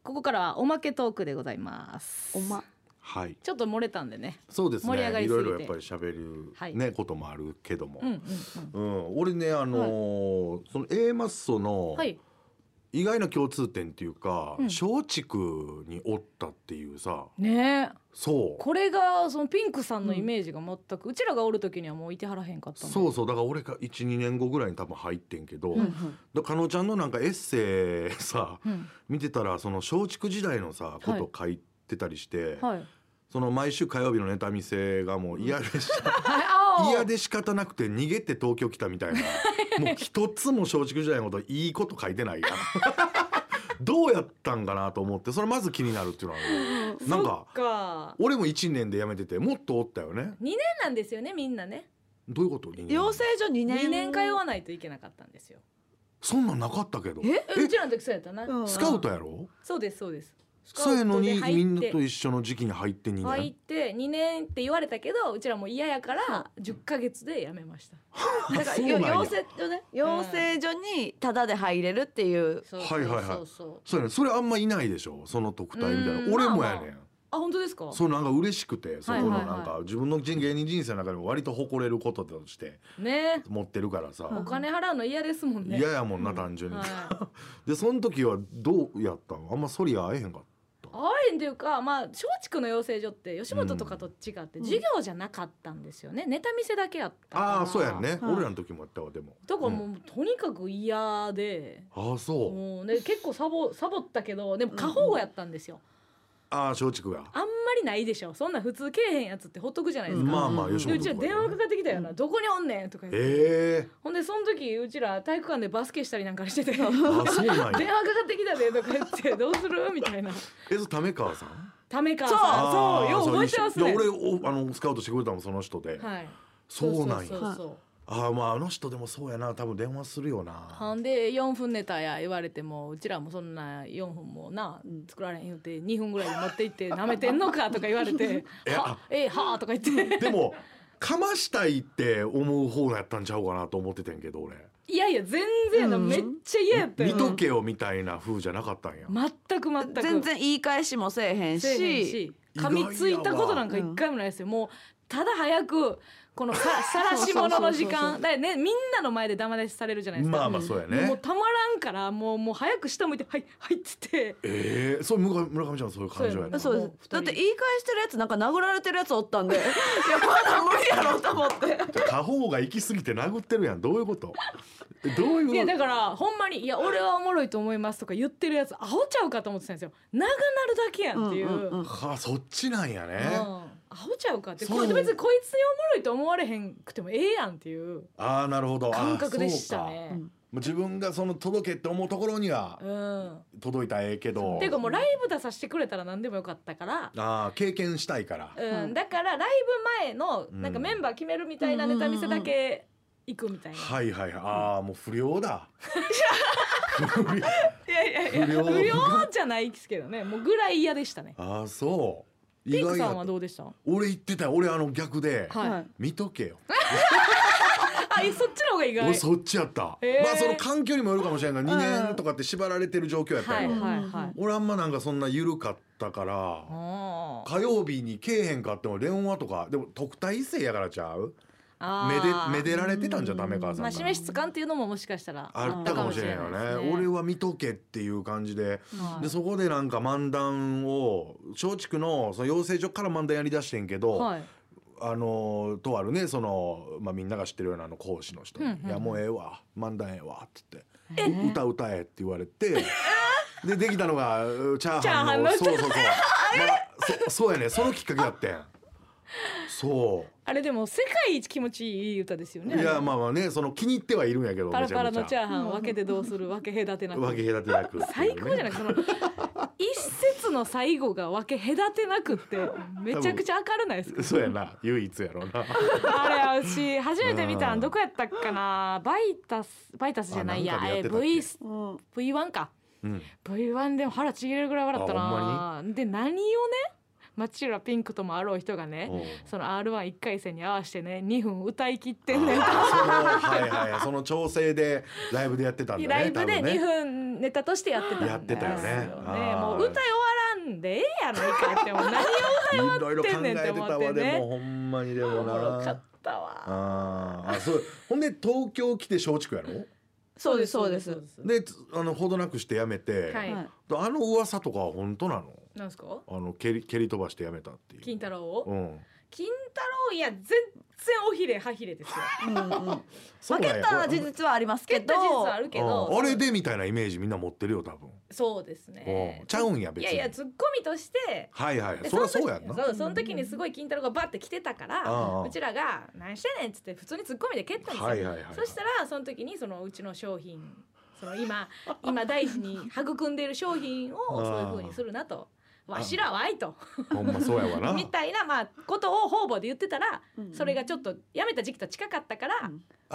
ここからはおまけトークでございます。 はい、 ちょっと漏れたんでね。 そうですね、 盛り上がりすぎていろいろやっぱり喋る、 はいね、こともあるけども、俺ねはいその A マッソのはい意外な共通点っていうか、 うん松竹におったっていうさ、 ねえ、 そうこれがそのピンクさんのイメージが全く、うちらがおる時にはもういてはらへんかったんで。 そうそう、だから俺が 1,2 年後ぐらいに多分入ってんけど、 うんだかのちゃんのなんかエッセイさ、 うん見てたらその松竹時代のさこと書いてたりして、 はいその毎週火曜日のネタ見せがもう嫌ではい嫌で仕方なくて逃げて東京来たみたいなもう一つも松竹時代のこといいこと書いてないやんどうやったんかなと思って、それまず気になるっていうのはあるなんかそっか俺も1年で辞めててもっとおったよね。 2年なんですよね、みんなね。 どういうこと？2年養成所2年 2年通わないといけなかったんですよ。 そんなんなかったけど。 うちらの時そうやったな、 うんスカウトやろ？ そうですそうです。 そうやのにスカウトで入ってみんなと一緒の時期に入って2年、 入って2年って言われたけど、うちらも嫌やから10ヶ月で辞めました。 だからそうなんや養成所ね、養成所にタダで入れるっていうそうはいはいはいそうそう。 そうやね、それあんまいないでしょ、その特待みたいうんな。俺もやねん、 まあまあ本当ですか？ そうなんか嬉しくて、そこのはいはいはいなんか自分の芸人人生の中でも割と誇れることとしてね、 持ってるからさ、 お金払うの嫌ですもんね。 嫌やもんな単純に、 はでその時はどうやったん？あんまソリ会えへんかっ会えんっていうか、まあ松竹の養成所って吉本とかと違って授業じゃなかったんですよね、ネタ見せだけやったた。 から。 ああーそうやんね、 はい俺らの時もやったわ。でもだからもう、とにかく嫌で、 ああそう、 もうね結構サボったけど、でも過保護やったんですよ。 ああ松竹があんまりないでしょ、そんな普通けえへんやつってほっとくじゃないですか。 まあまあうん吉本でうちら電話かかってきたよな、どこにおんねんとか言って、ほんでその時うちら体育館でバスケしたりなんかしてて電話かかあそうなんやってきたでとか言ってどうするみたいな。 それ為川さん？ ためかさん、そうよう覚えてますね。 いや俺スカウトしてくれたのもその人で、 はい、 そうなんや。 そうああまああの人でもそうやな、多分電話するよな。 ほんで4分ネタや言われても、うちらもそんな4分もな作られへん言うて2分ぐらいで持って行ってなめてんのかとか言われてははとか言ってでもかましたいって思う方やったんちゃうかなと思っててんけど俺。 いやいや全然やな、めっちゃ嫌やったよ。 見とけよみたいな風じゃなかったんや。 全く全然言い返しもせえへんせえへんし、 し、噛みついたことなんか一回もないですよ。もうただ早くこの晒し者の時間だよね、みんなの前でダマ出しされるじゃないですか。 まあまあそうやね。 もうたまらんからもう早く下向いてはいはいっつって。 そう村上ちゃんそういう感情やな。 そうです。だって言い返してるやつなんか殴られてるやつおったんでいやまだ無理やろと思って過保が行き過ぎて殴ってるやん。どういうこと？どういう？ いやだからほんまに、いや俺はおもろいと思いますとか言ってるやつアホちゃうかと思ってたんですよ。長なるだけやんっていう、 はあそっちなんやね。 アホちゃうかって、 そうこれ別にこいつにおもろいと思われへんくてもええやんっていうああなるほど。 感覚でしたあーそうか。 ね。 自分がその届けって思うところには届いたらええけど。 っていうかもうライブ出させてくれたら何でもよかったから、 ああ経験したいから。 だからライブ前のなんかメンバー決めるみたいなネタ見せだけ行くみたいな。 はいはいはい。ああもう不良だ。 いや不良じゃないですけどね、もうぐらい嫌でしたね。 ああそう。 ピンクさんはどうでした？ 俺言ってたよ。俺逆で、 はい、 見とけよ。 そっちの方が意外。 俺そっちやった。まあその環境にもよるかもしれないが、2年とかって縛られてる状況やったよ。俺あんまなんかそんな緩かったから、火曜日にけえへんかっても電話とかでも特待生やからちゃう。めでられてたんじゃダメかさん。 まあ示しつかんっていうのももしかしたらあったかもしれないよね。俺は見とけっていう感じで、でそこでなんか漫談を松竹のその養成所から漫談やりだしてんけど、とあるねそのみんなが知ってるような講師の人にいやもうええわ漫談ええわって言って歌歌えって言われてでできたのがチャーハンのそうやね、そのきっかけだってん。そうあれでも世界一気持ちいい歌ですよね。 いやまあまあね、その気に入ってはいるんやけど、 パラパラのチャーハン分けてどうする分け隔てなく、 分け隔てなく最高じゃない。その一節の最後が分け隔てなくってめちゃくちゃ明るないですか。 そうやな、唯一やろなあれ私初めて見たんどこやったっかな、バイタスじゃないや、V1 か、V1 で腹ちぎれるぐらい笑ったな。で何をね町浦ピンクともあろう人がね、その R11 回戦に合わせてね2分歌い切ってんねん。 はいはい、その調整でライブでやってたんだね。 ライブで2分ネタとしてやってたんですよね。 やってたよね。 もう歌い終わらんでええやないかってもう何を歌い終わってんねんって思ってね。いろいろ考えてたわ。でもほんまにでもな。おもろかったわ。 そう。ほんで東京来て松竹やろ。 そうですそうです。 でほどなくしてやめて、 はい、 あの噂とかは本当なの？ なんですか？ 蹴り飛ばしてやめたっていう。 金太郎を？ うん。 金太郎いや全然おひれはひれですよ。 負けた事実はありますけど、 あるけど、 あれでみたいなイメージみんな持ってるよ多分。 そうですね。 ちゃうんや別に。 いやツッコミとして。 はいはい。そりゃそうやんな。 その時にすごい金太郎がバッて来てたから、うちらが何してんねんっつって普通にツッコミで蹴ったんですよ。そしたらその時にそのうちの商品、その今大事に育んでいる商品をそういう風にするなと。わしらはいとほんまそうやわなみたいなことを方々で言ってたら、それがちょっとやめた時期と近かったから、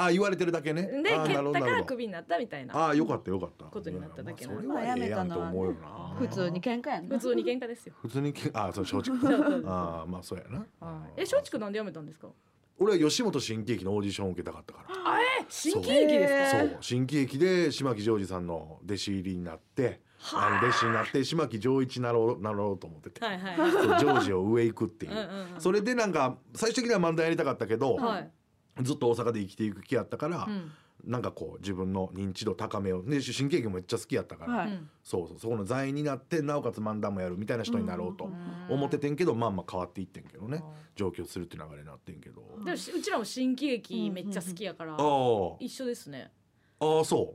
言われてるだけね。 で蹴ったからクビになったみたいな。 よかったよかったことになっただけな。 それはやめたのは普通に喧嘩やんな。 普通に喧嘩ですよ。 普通にそう松竹。まあそうやな。 松竹なんでやめたんですか？ 俺は吉本新喜劇のオーディションを受けたかったから。 新喜劇ですか？ そう新喜劇で島木ジョージさんの弟子入りになって。弟子になって島木丈一なろうと思ってて、ジョージを上行くっていう、それでなんか最終的には漫才やりたかったけど、ずっと大阪で生きていく気やったから、なんかこう自分の認知度高めようで新喜劇もめっちゃ好きやったから、そこの座員になってなおかつ漫談もやるみたいな人になろうと思っててんけど、まあ変わっていってんけどね、上京するっていう流れになってんけど、 でもうちらも新喜劇めっちゃ好きやから、一緒ですね。 そう、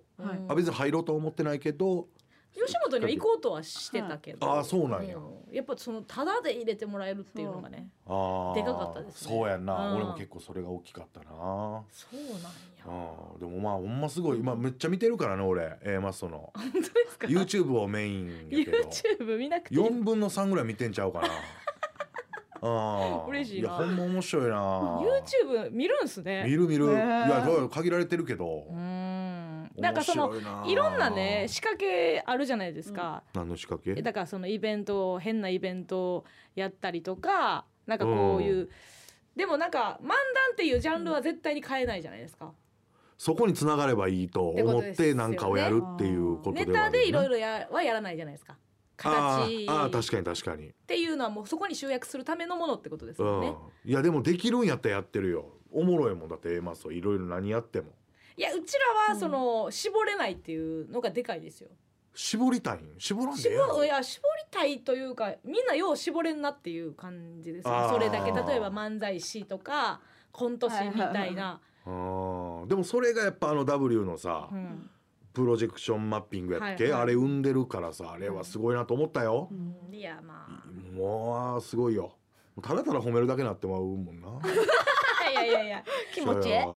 別に入ろうとは思ってないけど吉本には行こうとはしてたけど、 そうなんや。 やっぱそのタダで入れてもらえるっていうのがね、でかかったですね。 そうやんな。俺も結構それが大きかったな。 そうなんや。 でもほんますごい今めっちゃ見てるからね俺マストの。 本当ですか？ YouTube をメインやけど YouTube 見なくていい。 4分の3ぐらい見てんちゃうかな。 嬉しいな。 いやほんま面白いな。 YouTube 見るんすね。 見る。いや限られてるけど、 なんかそのいろんなね仕掛けあるじゃないですか。 何の仕掛け？ だからその変なイベントをやったりとか、なんかこういう、でもなんか漫談っていうジャンルは絶対に変えないじゃないですか。 そこに繋がればいいと思ってなんかをやるっていうことではあるね。 ネタでいろいろはやらないじゃないですか。形確かにっていうのはもうそこに集約するためのものってことですよね。 いやでもできるんやったらやってるよ。おもろいもんだってマストいろいろ何やっても。 いやうちらはその、絞れないっていうのがでかいですよ。 絞りたいん？絞らんでええやろ。 いや絞りたいというかみんなよう絞れんなっていう感じですよ。それだけ例えば漫才師とかコント師みたいな。 でもそれがやっぱW のさ、プロジェクションマッピングやっけ、あれ生んでるからさ、あれはすごいなと思ったよ。 いやまあもうすごいよ。ただただ褒めるだけなってまうもんな。 いや気持ち